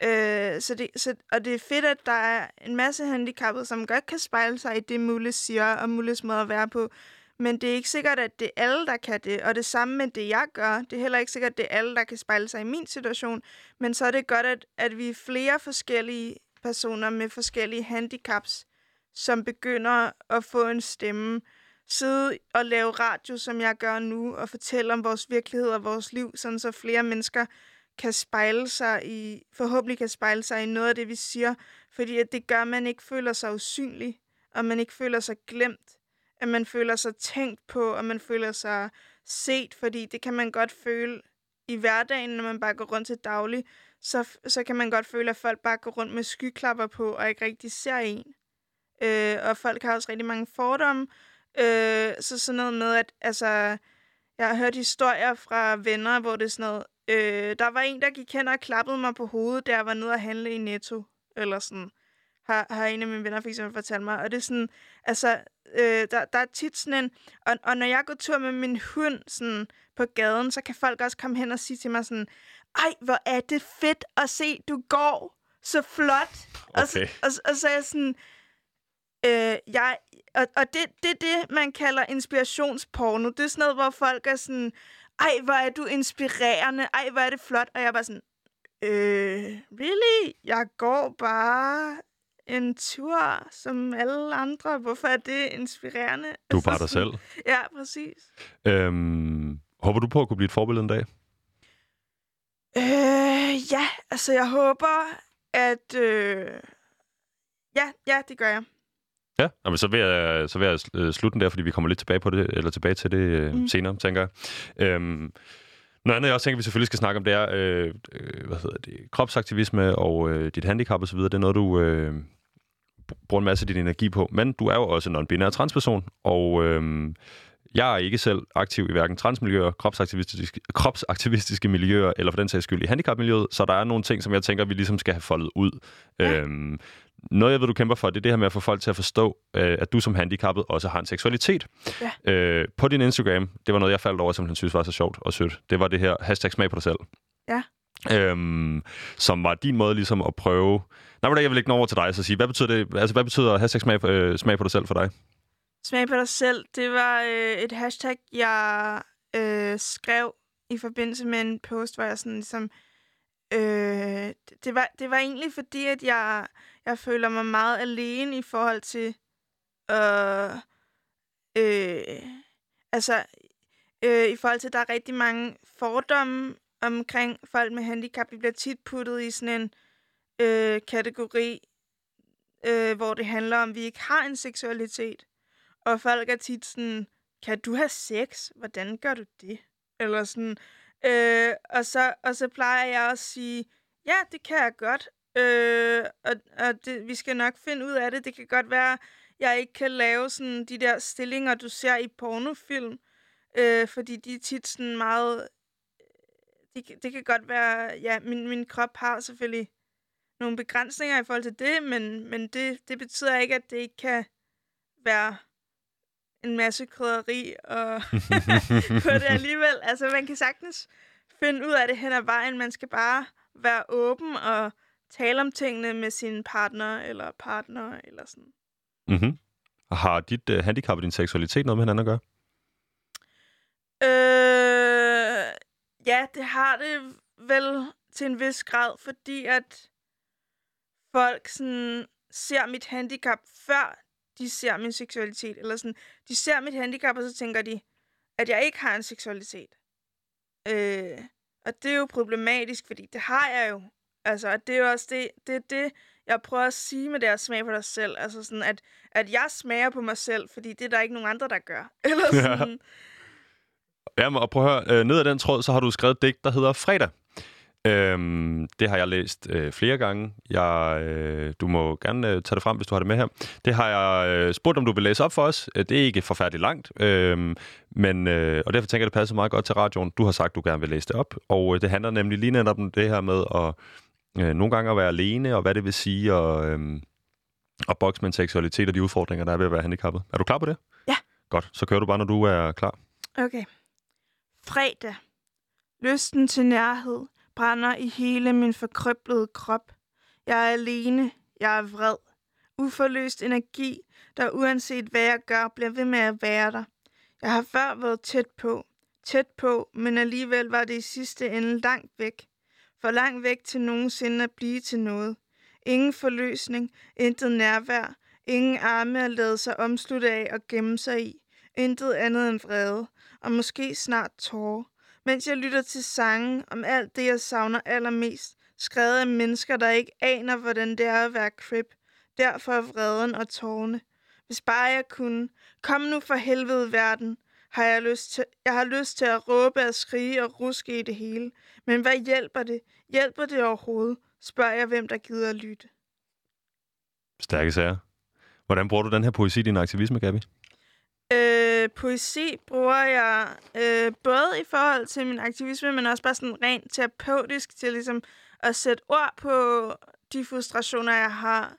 Og det er fedt, at der er en masse handicappede, som godt kan spejle sig i det, Mulle siger, og Mulles måde at være på. Men det er ikke sikkert, at det er alle, der kan det. Og det samme med det, jeg gør. Det er heller ikke sikkert, at det er alle, der kan spejle sig i min situation. Men så er det godt, at vi er flere forskellige personer med forskellige handicaps, som begynder at få en stemme. Sidde og lave radio, som jeg gør nu, og fortælle om vores virkelighed og vores liv, sådan så flere mennesker kan spejle sig i, forhåbentlig kan spejle sig i noget af det, vi siger. Fordi at det gør, at man ikke føler sig usynlig, og man ikke føler sig glemt. At man føler sig tænkt på, og man føler sig set, fordi det kan man godt føle i hverdagen, når man bare går rundt til daglig. Så kan man godt føle, at folk bare går rundt med skyklapper på, og ikke rigtig ser en. Og folk har også rigtig mange fordomme. Så sådan noget med, at altså, jeg har hørt historier fra venner, hvor det er sådan noget, der var en, der gik hen og klappede mig på hovedet, da jeg var nede og handle i Netto, eller sådan, har en af mine venner for eksempel fortalt mig. Og det er sådan, altså, der er tit sådan en, og når jeg går tur med min hund sådan, på gaden, så kan folk også komme hen og sige til mig sådan, ej, hvor er det fedt at se, du går så flot. Okay. Og så er jeg sådan, og det er det, man kalder inspirationsporno. Det er sådan noget, hvor folk er sådan, ej, hvor er du inspirerende, ej, hvor er det flot. Og jeg er bare sådan, really? Jeg går bare en tur som alle andre. Hvorfor er det inspirerende? Du er bare dig selv. Ja, præcis. Håber du på at kunne blive et forbillede en dag? Ja, altså jeg håber, at... Ja, det gør jeg. Ja, men så vil jeg slutte den der, fordi vi kommer lidt tilbage på det, eller tilbage til det senere, tænker jeg. Noget andet, jeg også tænker, vi selvfølgelig skal snakke om, det er kropsaktivisme og dit handicap og så videre. Det er noget, du bruger en masse af din energi på. Men du er jo også en non-binær transperson, og jeg er ikke selv aktiv i hverken transmiljøer, kropsaktivistiske miljøer, eller for den sags skyld i handicapmiljøet, så der er nogle ting, som jeg tænker, vi ligesom skal have foldet ud. Ja. Noget, jeg ved, du kæmper for, det er det her med at få folk til at forstå, at du som handicappet også har en seksualitet. Ja. På din Instagram, det var noget, jeg faldt over, som han synes var så sjovt og sødt. Det var det her #smag på dig selv. Ja. Som var din måde ligesom at prøve... jeg vil lægge den over til dig og sige, hvad betyder det? Altså, hvad betyder #smag på dig selv for dig? Smag på dig selv, det var et hashtag, jeg skrev i forbindelse med en post, hvor jeg sådan ligesom... Det var egentlig fordi, at jeg føler mig meget alene i forhold til... i forhold til, at der er rigtig mange fordomme omkring folk med handicap. Vi bliver tit puttet i sådan en kategori, hvor det handler om, at vi ikke har en seksualitet. Og folk er tit sådan, kan du have sex? Hvordan gør du det? Eller sådan. Og så plejer jeg også at sige, ja, det kan jeg godt. Vi skal nok finde ud af det. Det kan godt være, jeg ikke kan lave sådan de der stillinger, du ser i pornofilm. Fordi de er tit sådan meget... Det kan godt være... Ja, min krop har selvfølgelig nogle begrænsninger i forhold til det, men det betyder ikke, at det ikke kan være en masse krydderi og på det alligevel. Altså, man kan sagtens finde ud af det hen ad vejen. Man skal bare være åben og tale om tingene med sin partner eller sådan. Mm-hmm. Har dit handicap og din seksualitet noget med hinanden at gøre? Ja, det har det vel til en vis grad, fordi at folk sådan ser mit handicap før de ser min seksualitet, eller sådan, de ser mit handicap, og så tænker de, at jeg ikke har en seksualitet. Og det er jo problematisk, fordi det har jeg jo. Altså, det er jo også det, jeg prøver at sige med det at smage på dig selv. Altså sådan, at jeg smager på mig selv, fordi det er der ikke nogen andre, der gør. Eller sådan. Ja, og prøv at høre, ned ad den tråd, så har du skrevet et digt, der hedder Fredag. Det har jeg læst flere gange. Du må gerne tage det frem, hvis du har det med her. Det har jeg spurgt, om du vil læse op for os. Det er ikke forfærdeligt langt, og derfor tænker jeg, det passer meget godt til radioen. Du har sagt, du gerne vil læse det op, og det handler nemlig lige netop om det her med at nogle gange at være alene, og hvad det vil sige, og bokse med en seksualitet og de udfordringer, der er ved at være handicappet. Er du klar på det? Ja. Godt, så kører du bare, når du er klar. Okay. Fredag. Lysten til nærhed brænder i hele min forkrøblede krop. Jeg er alene. Jeg er vred. Uforløst energi, der uanset hvad jeg gør, bliver ved med at være der. Jeg har før været tæt på, men alligevel var det i sidste ende langt væk. For langt væk til nogensinde at blive til noget. Ingen forløsning, intet nærvær, ingen arme at lade sig omslutte af og gemme sig i. Intet andet end vrede, og måske snart tårer. Mens jeg lytter til sange om alt det, jeg savner allermest, skrevet af mennesker, der ikke aner, hvordan det er at være crip. Derfor vreden og tårerne. Hvis bare jeg kunne. Kom nu for helvede, verden. Jeg har lyst til at råbe og skrige og ruske i det hele. Men hvad hjælper det? Hjælper det overhovedet? Spørger jeg, hvem der gider at lytte. Stærke sager. Hvordan bruger du den her poesi i din aktivisme, Gabi? Poesi bruger jeg både i forhold til min aktivisme, men også bare sådan rent terapeutisk til ligesom at sætte ord på de frustrationer, jeg har.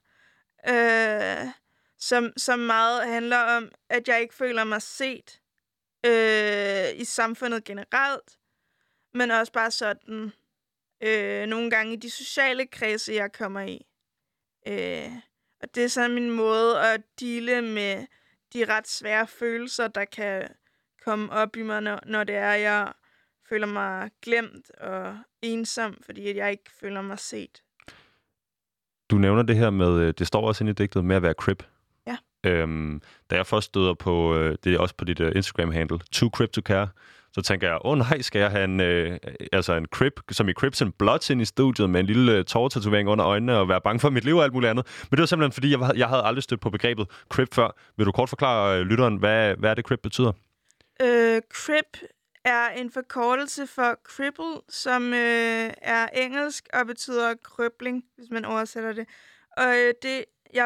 Som meget handler om, at jeg ikke føler mig set i samfundet generelt, men også bare sådan nogle gange i de sociale kredse, jeg kommer i. Og det er sådan min måde at deale med de ret svære følelser, der kan komme op i mig, når det er, jeg føler mig glemt og ensom, fordi jeg ikke føler mig set. Du nævner det her med, det står også inde i digtet, med at være crip. Ja. Da jeg først støder på, det er også på dit Instagram-handle, Too Crip to Care, så tænker jeg, nej, skal jeg have en crip, som i Crips and Bloods ind i studiet, med en lille tårertatovering under øjnene, og være bange for mit liv og alt muligt andet. Men det var simpelthen, fordi jeg havde aldrig stødt på begrebet crip før. Vil du kort forklare lytteren, hvad er det crip betyder? Crip er en forkortelse for cripple, som er engelsk og betyder krøbling, hvis man oversætter det. Og jeg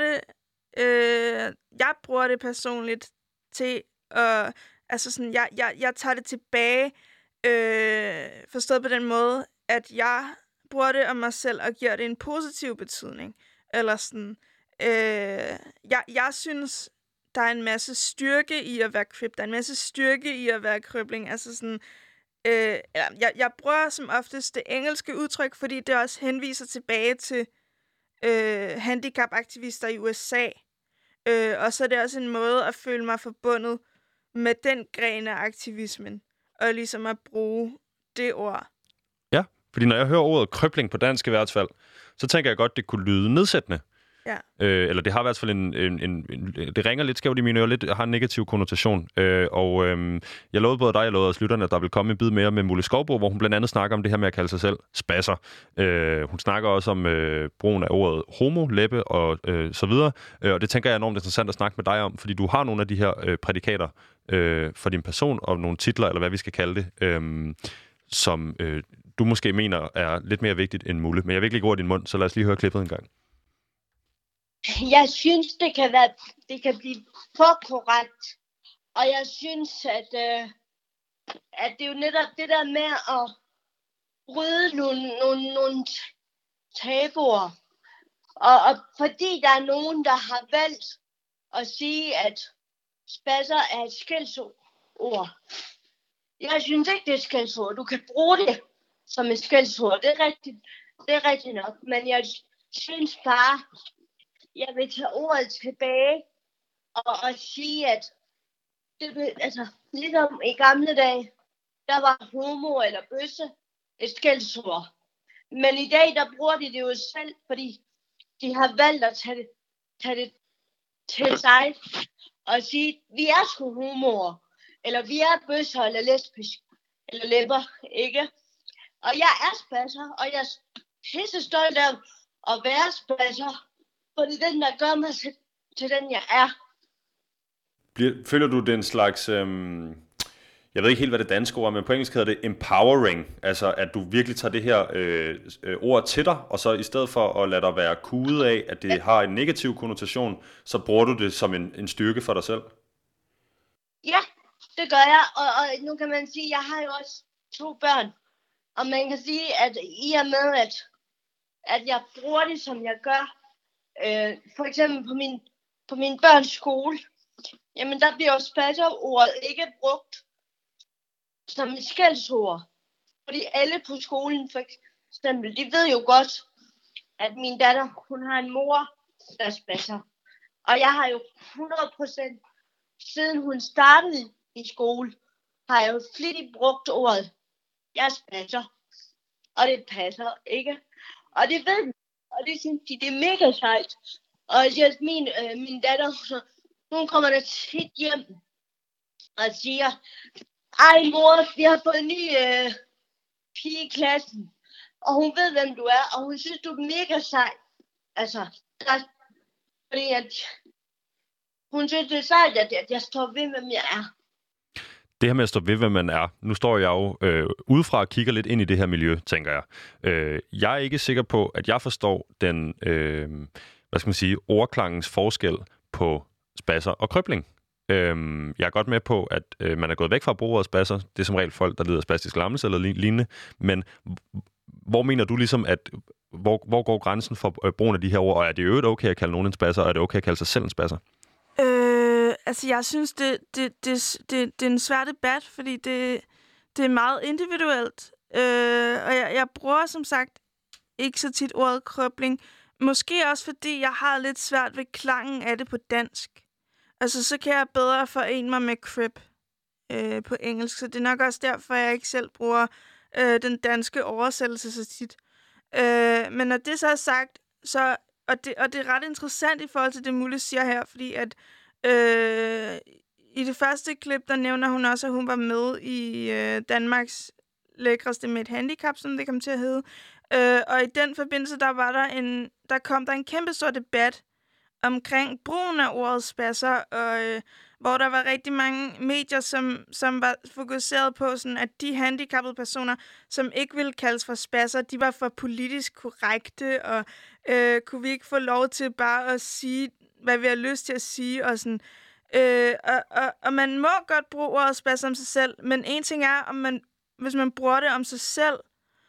bruger det personligt til at altså sådan, jeg tager det tilbage, forstået på den måde, at jeg bruger det om mig selv og giver det en positiv betydning. Eller sådan, jeg synes, der er en masse styrke i at være crip, der er en masse styrke i at være krøbling. Altså sådan, jeg bruger som oftest det engelske udtryk, fordi det også henviser tilbage til handicapaktivister i USA. Og så er det også en måde at føle mig forbundet med den gren af aktivismen, og ligesom at bruge det ord. Ja, fordi når jeg hører ordet krøbling på dansk i hvert fald, så tænker jeg godt, det kunne lyde nedsættende. Ja. Eller det har i hvert fald det ringer lidt skævt i mine ører, lidt har en negativ konnotation. Jeg lovede både dig, jeg lovede også lytterne, at der vil komme en bid mere med Mulle Skovbo, hvor hun blandt andet snakker om det her med at kalde sig selv spasser. Hun snakker også om brugen af ordet homo, læbe og så videre. Og det tænker jeg er enormt interessant at snakke med dig om, fordi du har nogle af de her prædikater for din person, og nogle titler, eller hvad vi skal kalde det, som du måske mener er lidt mere vigtigt end Mulle. Men jeg vil ikke lægge ord i din mund, så lad os lige høre klippet en gang. Jeg synes, det kan blive for korrekt. Og jeg synes, at det er jo netop det der med at bryde nogle tabuer. Og fordi der er nogen, der har valgt at sige, at spasser er et skældsord. Jeg synes ikke, det er et skældsord. Du kan bruge det som et skældsord. Det er rigtigt nok. Men jeg synes bare, jeg vil tage ordet tilbage og sige, at det, altså, ligesom i gamle dage, der var homo eller bøsse et skældsord. Men i dag, der bruger de det jo selv, fordi de har valgt at tage det til sig og sige, vi er sgu homoer, eller vi er bøsser, eller lesbisk, eller læber, ikke? Og jeg er spasser, og jeg er pisse stolt af at være spasser, for det er den, der gør mig til den, jeg er. Føler du den slags, jeg ved ikke helt, hvad det danske ord er, men på engelsk hedder det empowering, altså at du virkelig tager det her ord til dig, og så i stedet for at lade dig være kuget af, at det har en negativ konnotation, så bruger du det som en styrke for dig selv? Ja, det gør jeg, og nu kan man sige, at jeg har jo også 2 børn, og man kan sige, at i og med, at jeg bruger det, som jeg gør, for eksempel på min børns skole, jamen der bliver jo spasserordet ikke brugt som et skældsord. Fordi alle på skolen for eksempel, de ved jo godt, at min datter, hun har en mor, der er spasser. Og jeg har jo 100%, siden hun startede i skole, har jeg jo flittigt brugt ordet, jeg er spasser. Og det passer, ikke? Og det ved de, og det synes de, det er mega sejt. Og min datter, hun kommer der tit hjem og siger, ej mor, vi har fået en ny pige i klassen, og hun ved, hvem du er, og hun synes, du er mega sej. Altså, fordi hun synes, det er sejt, at jeg står ved, hvem jeg er. Det her med at stå ved, hvem man er. Nu står jeg jo udefra og kigger lidt ind i det her miljø, tænker jeg. Jeg er ikke sikker på, at jeg forstår den, ordklangens forskel på spasser og krøbling. Jeg er godt med på, at man er gået væk fra at bruge ordet spasser. Det er som regel folk, der lider af spastisk lammelse eller lignende. Men hvor mener du ligesom, at hvor går grænsen for brugen af de her ord? Og er det jo okay at kalde nogen en spasser, og er det okay at kalde sig selv en spasser? Jeg synes, det er en svær debat, fordi det er meget individuelt. Og jeg bruger som sagt ikke så tit ordet krøbling. Måske også fordi jeg har lidt svært ved klangen af det på dansk. Altså, så kan jeg bedre forene mig med crip på engelsk. Så det er nok også derfor, jeg ikke selv bruger den danske oversættelse så tit. Men når det så er sagt, og det er ret interessant i forhold til det, Mulle siger her, fordi at i det første klip, der nævner hun også, at hun var med i Danmarks lækreste med et handicap, som det kom til at hedde. Og i den forbindelse, der kom der en kæmpe stor debat omkring brugen af ordet spasser, og hvor der var rigtig mange medier, som var fokuseret på, sådan, at de handicappede personer, som ikke ville kaldes for spasser, de var for politisk korrekte, og kunne vi ikke få lov til bare at sige, hvad vi har lyst til at sige, og sådan. Og man må godt bruge ordet spasser om sig selv, men en ting er, hvis man bruger det om sig selv,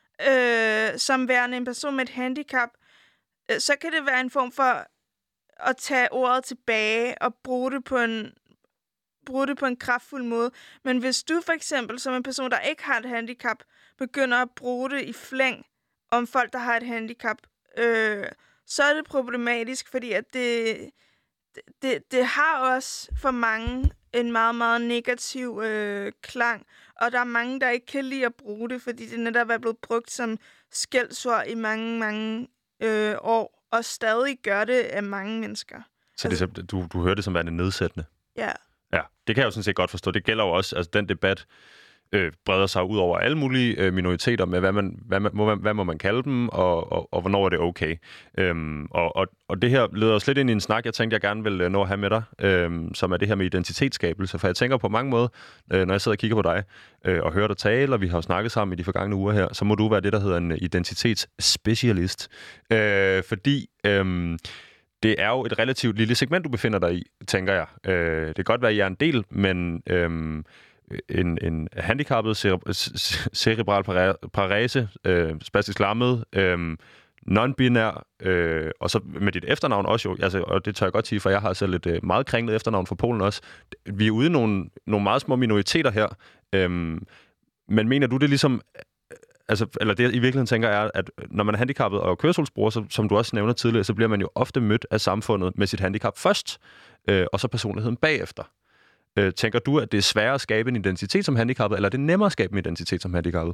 som værende en person med et handicap, så kan det være en form for at tage ordet tilbage og bruge det på en kraftfuld måde. Men hvis du for eksempel, som en person, der ikke har et handicap, begynder at bruge det i flæng om folk, der har et handicap, så er det problematisk, fordi at det har også for mange en meget, meget negativ klang, og der er mange, der ikke kan lide at bruge det, fordi det netop er blevet brugt som skældsord i mange, mange år, og stadig gør det af mange mennesker. Så altså, du hører det som værende nedsættende? Ja. Ja, det kan jeg jo sådan set godt forstå. Det gælder jo også, altså den debat breder sig ud over alle mulige minoriteter med, hvad må man kalde dem, og hvornår er det okay. Og det her leder os lidt ind i en snak, jeg tænkte, jeg gerne vil nå at have med dig, som er det her med identitetsskabelse. For jeg tænker på mange måder, når jeg sidder og kigger på dig og hører dig tale, og vi har jo snakket sammen i de forgangne uger her, så må du være det, der hedder en identitetsspecialist. Fordi det er jo et relativt lille segment, du befinder dig i, tænker jeg. Det kan godt være, at I er en del, men en handicappet cerebral parese, spastisk lammet, non-binær, og så med dit efternavn også jo, altså, og det tør jeg godt sige, for jeg har selv et meget kringlet efternavn fra Polen også. Vi er ude i nogle meget små minoriteter her, men mener du det ligesom, altså, eller det jeg i virkeligheden tænker er, at når man er handicappet og kørestolsbruger, som du også nævner tidligere, så bliver man jo ofte mødt af samfundet med sit handicap først, og så personligheden bagefter. Tænker du, at det er sværere at skabe en identitet som handicappet, eller er det nemmere at skabe en identitet som handicappet?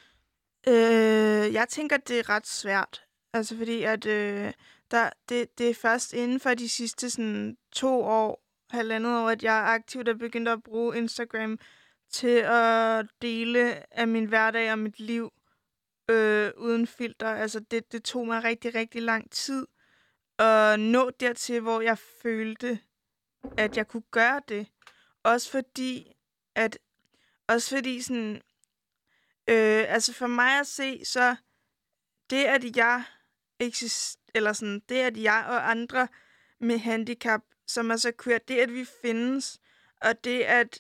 Jeg tænker, at det er ret svært. Altså fordi, at det er først inden for de sidste sådan, 2 år, halvandet år, at jeg aktivt er begyndt at bruge Instagram til at dele af min hverdag og mit liv uden filter. Altså, det tog mig rigtig, rigtig lang tid at nå dertil, hvor jeg følte, at jeg kunne gøre det. Også fordi sådan, altså for mig at se, så det, at jeg det, at jeg og andre med handicap, som er så queer, det, at vi findes, og det, at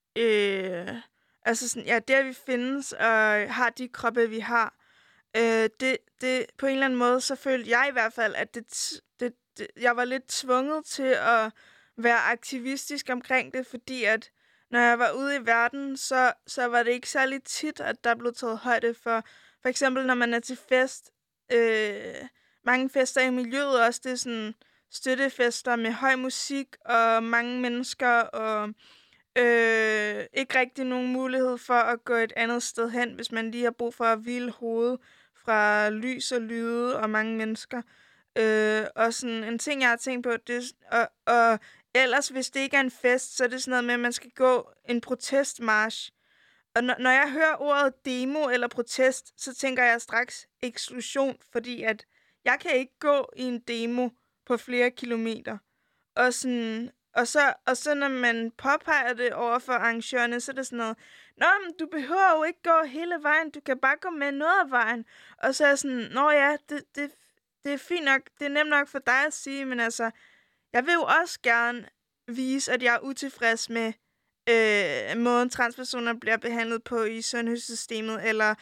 det, at vi findes og har de kroppe, vi har, det på en eller anden måde, så følte jeg i hvert fald, at jeg var lidt tvunget til at være aktivistisk omkring det, fordi at når jeg var ude i verden, så var det ikke særlig tit, at der blev taget højde for eksempel, når man er til fest, mange fester i miljøet også, det er sådan støttefester med høj musik og mange mennesker, og ikke rigtig nogen mulighed for at gå et andet sted hen, hvis man lige har brug for at hvile hovedet fra lys og lyde og mange mennesker. Og sådan en ting, jeg har tænkt på, det og ellers, hvis det ikke er en fest, så er det sådan noget med, at man skal gå en protestmarch. Og når jeg hører ordet demo eller protest, så tænker jeg straks eksklusion, fordi at jeg kan ikke gå i en demo på flere kilometer. Og så når man påpeger det over for arrangørerne, så er det sådan noget, nå, men du behøver jo ikke gå hele vejen, du kan bare gå med noget af vejen. Og så er jeg sådan, nå ja, det er fint nok, det er nemt nok for dig at sige, men altså, jeg vil jo også gerne vise, at jeg er utilfreds med måden transpersoner bliver behandlet på i sundhedssystemet, eller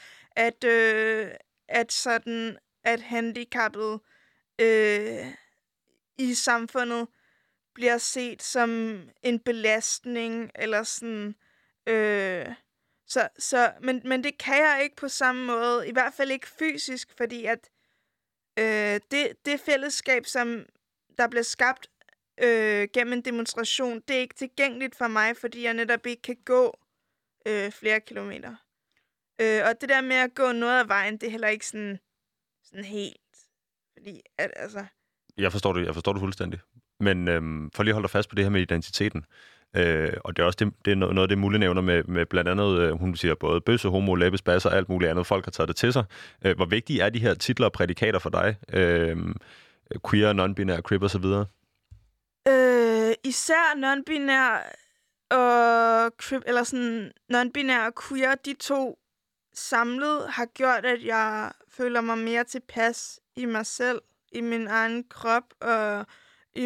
at handicappet i samfundet bliver set som en belastning, eller sådan. Men det kan jeg ikke på samme måde, i hvert fald ikke fysisk, fordi at det fællesskab, som der bliver skabt gennem en demonstration, det er ikke tilgængeligt for mig, fordi jeg netop ikke kan gå flere kilometer. Og det der med at gå noget af vejen, det er heller ikke sådan helt. Fordi at, altså... Jeg forstår det fuldstændig. Men for lige at holde dig fast på det her med identiteten, og det er også det er noget af det, Mulle nævner med blandt andet, hun siger både bøsse, homo, læbespads og alt muligt andet. Folk har taget det til sig. Hvor vigtige er de her titler og prædikater for dig? Queer, non-binær, crip og så videre? Især non-binær og crip, eller sådan non-binær og queer, de to samlet har gjort, at jeg føler mig mere tilpas i mig selv, i min egen krop og i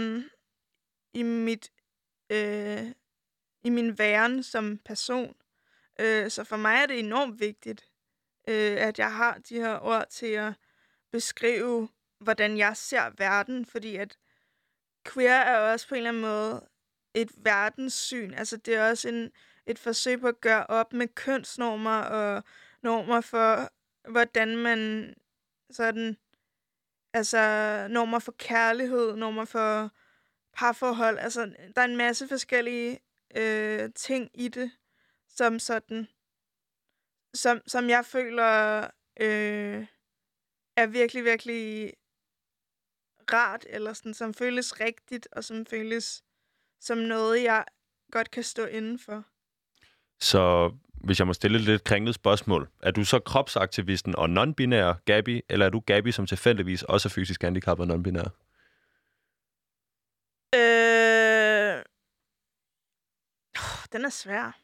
min væren som person. Så for mig er det enormt vigtigt, at jeg har de her ord til at beskrive, hvordan jeg ser verden, fordi at queer er også på en eller anden måde et verdenssyn. Altså det er også et forsøg på at gøre op med kønsnormer og normer for, hvordan man sådan, altså normer for kærlighed, normer for parforhold. Altså der er en masse forskellige ting i det, som sådan, som jeg føler er virkelig, virkelig rart, eller sådan, som føles rigtigt, og som føles som noget, jeg godt kan stå indenfor. Så hvis jeg må stille et lidt kringlet spørgsmål, er du så kropsaktivisten og non-binær Gabby, eller er du Gabby, som tilfældigvis også er fysisk handicappet og non-binær? Den er svær.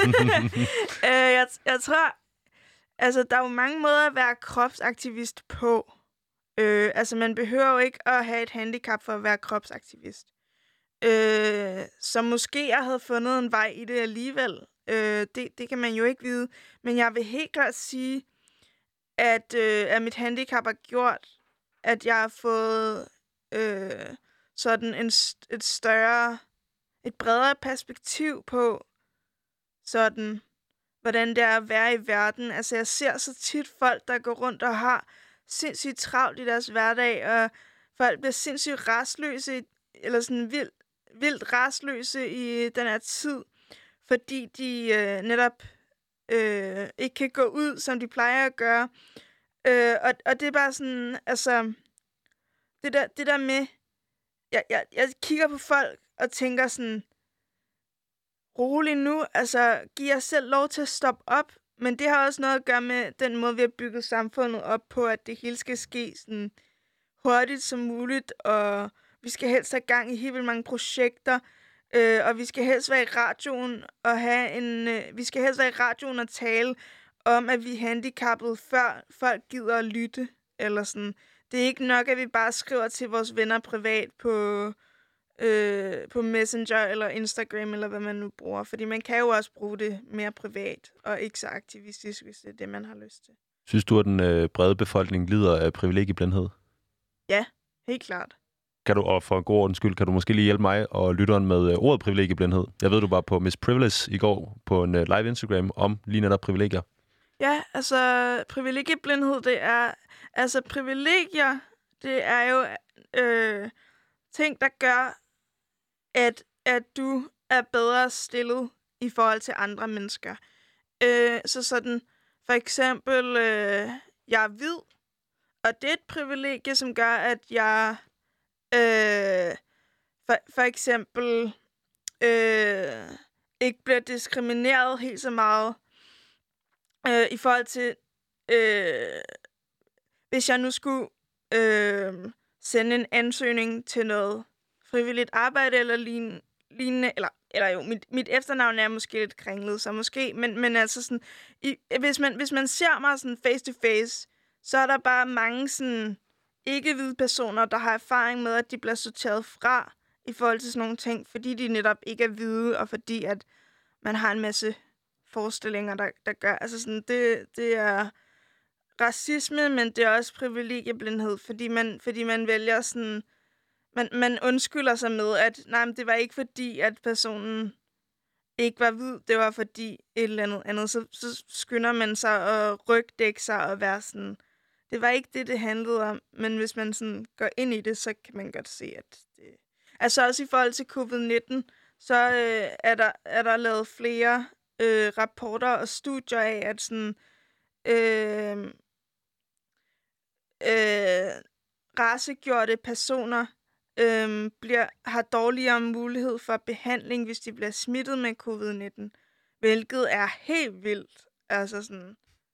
Jeg tror, altså der er jo mange måder at være kropsaktivist på. Altså man behøver jo ikke at have et handicap for at være kropsaktivist. Så måske jeg havde fundet en vej i det alligevel. Det kan man jo ikke vide. Men jeg vil helt klart sige, at mit handicap har gjort, at jeg har fået sådan et bredere perspektiv på sådan, hvordan det er at være i verden. Altså jeg ser så tit folk, der går rundt og har sindssygt travlt i deres hverdag, og folk bliver sindssygt rastløse, eller sådan vildt rastløse i den her tid, fordi de netop ikke kan gå ud, som de plejer at gøre. Og det er bare sådan, altså, det der med, jeg kigger på folk og tænker sådan, rolig nu, altså giv jer selv lov til at stoppe op. Men det har også noget at gøre med den måde, vi har bygget samfundet op på, at det hele skal ske sådan hurtigt som muligt, og vi skal helst have gang i helt vildt mange projekter, og vi skal helst være i radioen og vi skal helst være i radioen og tale om, at vi er handicappede, før folk gider at lytte, eller sådan. Det er ikke nok, at vi bare skriver til vores venner privat på Messenger eller Instagram, eller hvad man nu bruger. Fordi man kan jo også bruge det mere privat, og ikke så aktivistisk, hvis det er det, man har lyst til. Synes du, at den brede befolkning lider af privilegieblindhed? Ja, helt klart. Og for en god ordens skyld, kan du måske lige hjælpe mig og lytteren med ordet privilegieblindhed? Jeg ved, du var på Miss Privilege i går på en live Instagram om lige netop privilegier. Ja, altså privilegieblindhed, det er... Altså privilegier, det er jo ting, der gør, at du er bedre stillet i forhold til andre mennesker. Så sådan, for eksempel, jeg er hvid, og det er et privilegie, som gør, at jeg for eksempel ikke bliver diskrimineret helt så meget i forhold til, hvis jeg nu skulle sende en ansøgning til noget frivilligt arbejde eller lignende, eller jo, mit efternavn er måske lidt kringlet, så måske, men altså sådan, hvis man ser mig sådan face to face, så er der bare mange sådan ikke-hvide personer, der har erfaring med, at de bliver sorteret fra i forhold til sådan nogle ting, fordi de netop ikke er hvide, og fordi at man har en masse forestillinger, der gør, altså sådan, det er racisme, men det er også privilegieblindhed, fordi man vælger sådan, man undskylder sig med, at nej, men det var ikke fordi, at personen ikke var hvid, det var fordi et eller andet. Så skynder man sig at rygdække sig og være sådan, det var ikke det handlede om, men hvis man sådan går ind i det, så kan man godt se, at det... Altså også i forhold til covid-19, så er der lavet flere rapporter og studier af, at sådan racegjorte personer har dårligere mulighed for behandling, hvis de bliver smittet med covid-19, hvilket er helt vildt, altså sådan,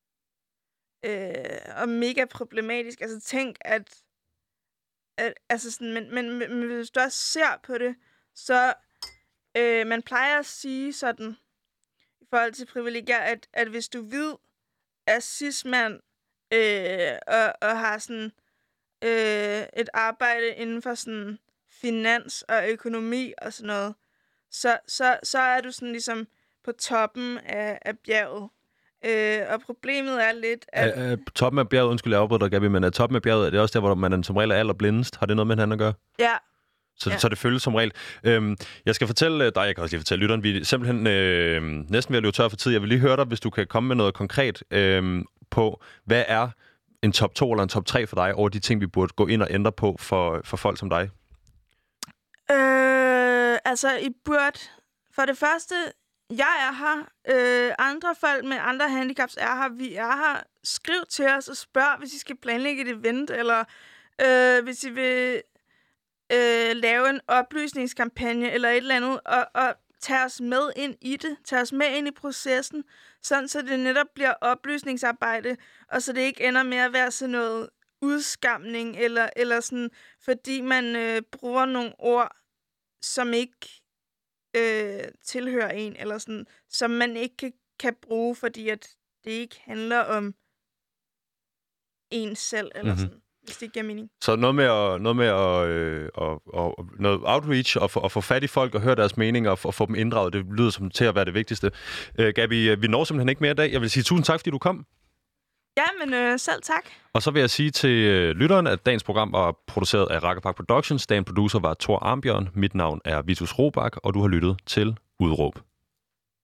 og mega problematisk. Altså tænk, at altså sådan, men hvis du også ser på det, så man plejer at sige sådan, i forhold til privilegier, at hvis du er hvid, er cis-mand, og har sådan et arbejde inden for sådan finans og økonomi og sådan noget, så er du sådan ligesom på toppen af bjerget. Og problemet er lidt, at... Toppen af bjerget, undskyld, jeg afbryder dig, Gabi, men toppen af bjerget, er det også der, hvor man som regel er allerblindest? Har det noget med hinanden at gøre? Ja. Så det føles som regel. Jeg skal fortælle dig, jeg kan også lige fortælle lytteren, vi er simpelthen næsten ved at løbe tør for tid. Jeg vil lige høre dig, hvis du kan komme med noget konkret på, hvad er en top 2 eller en top 3 for dig over de ting, vi burde gå ind og ændre på for folk som dig? Altså, I burde... For det første, jeg er her. Andre folk med andre handicaps er her. Vi er her. Skriv til os og spørg, hvis I skal planlægge et event, eller hvis I vil lave en oplysningskampagne, eller et eller andet, og tage os med ind i det. Tage os med ind i processen, sådan så det netop bliver oplysningsarbejde, og så det ikke ender med at være sådan noget udskamning, eller sådan, fordi man bruger nogle ord, som ikke tilhører en, eller sådan, som man ikke kan bruge, fordi at det ikke handler om en selv, eller sådan, hvis det giver mening. Så noget med noget outreach, og få fat i folk, og høre deres meninger, og få dem inddraget, det lyder som til at være det vigtigste. Gabi, vi når simpelthen ikke mere i dag. Jeg vil sige tusind tak, fordi du kom. Ja, men selv tak. Og så vil jeg sige til lytteren, at dagens program var produceret af Rakkerpark Productions. Dagens producer var Thor Armbjørn. Mit navn er Vitus Robak, og du har lyttet til Udråb.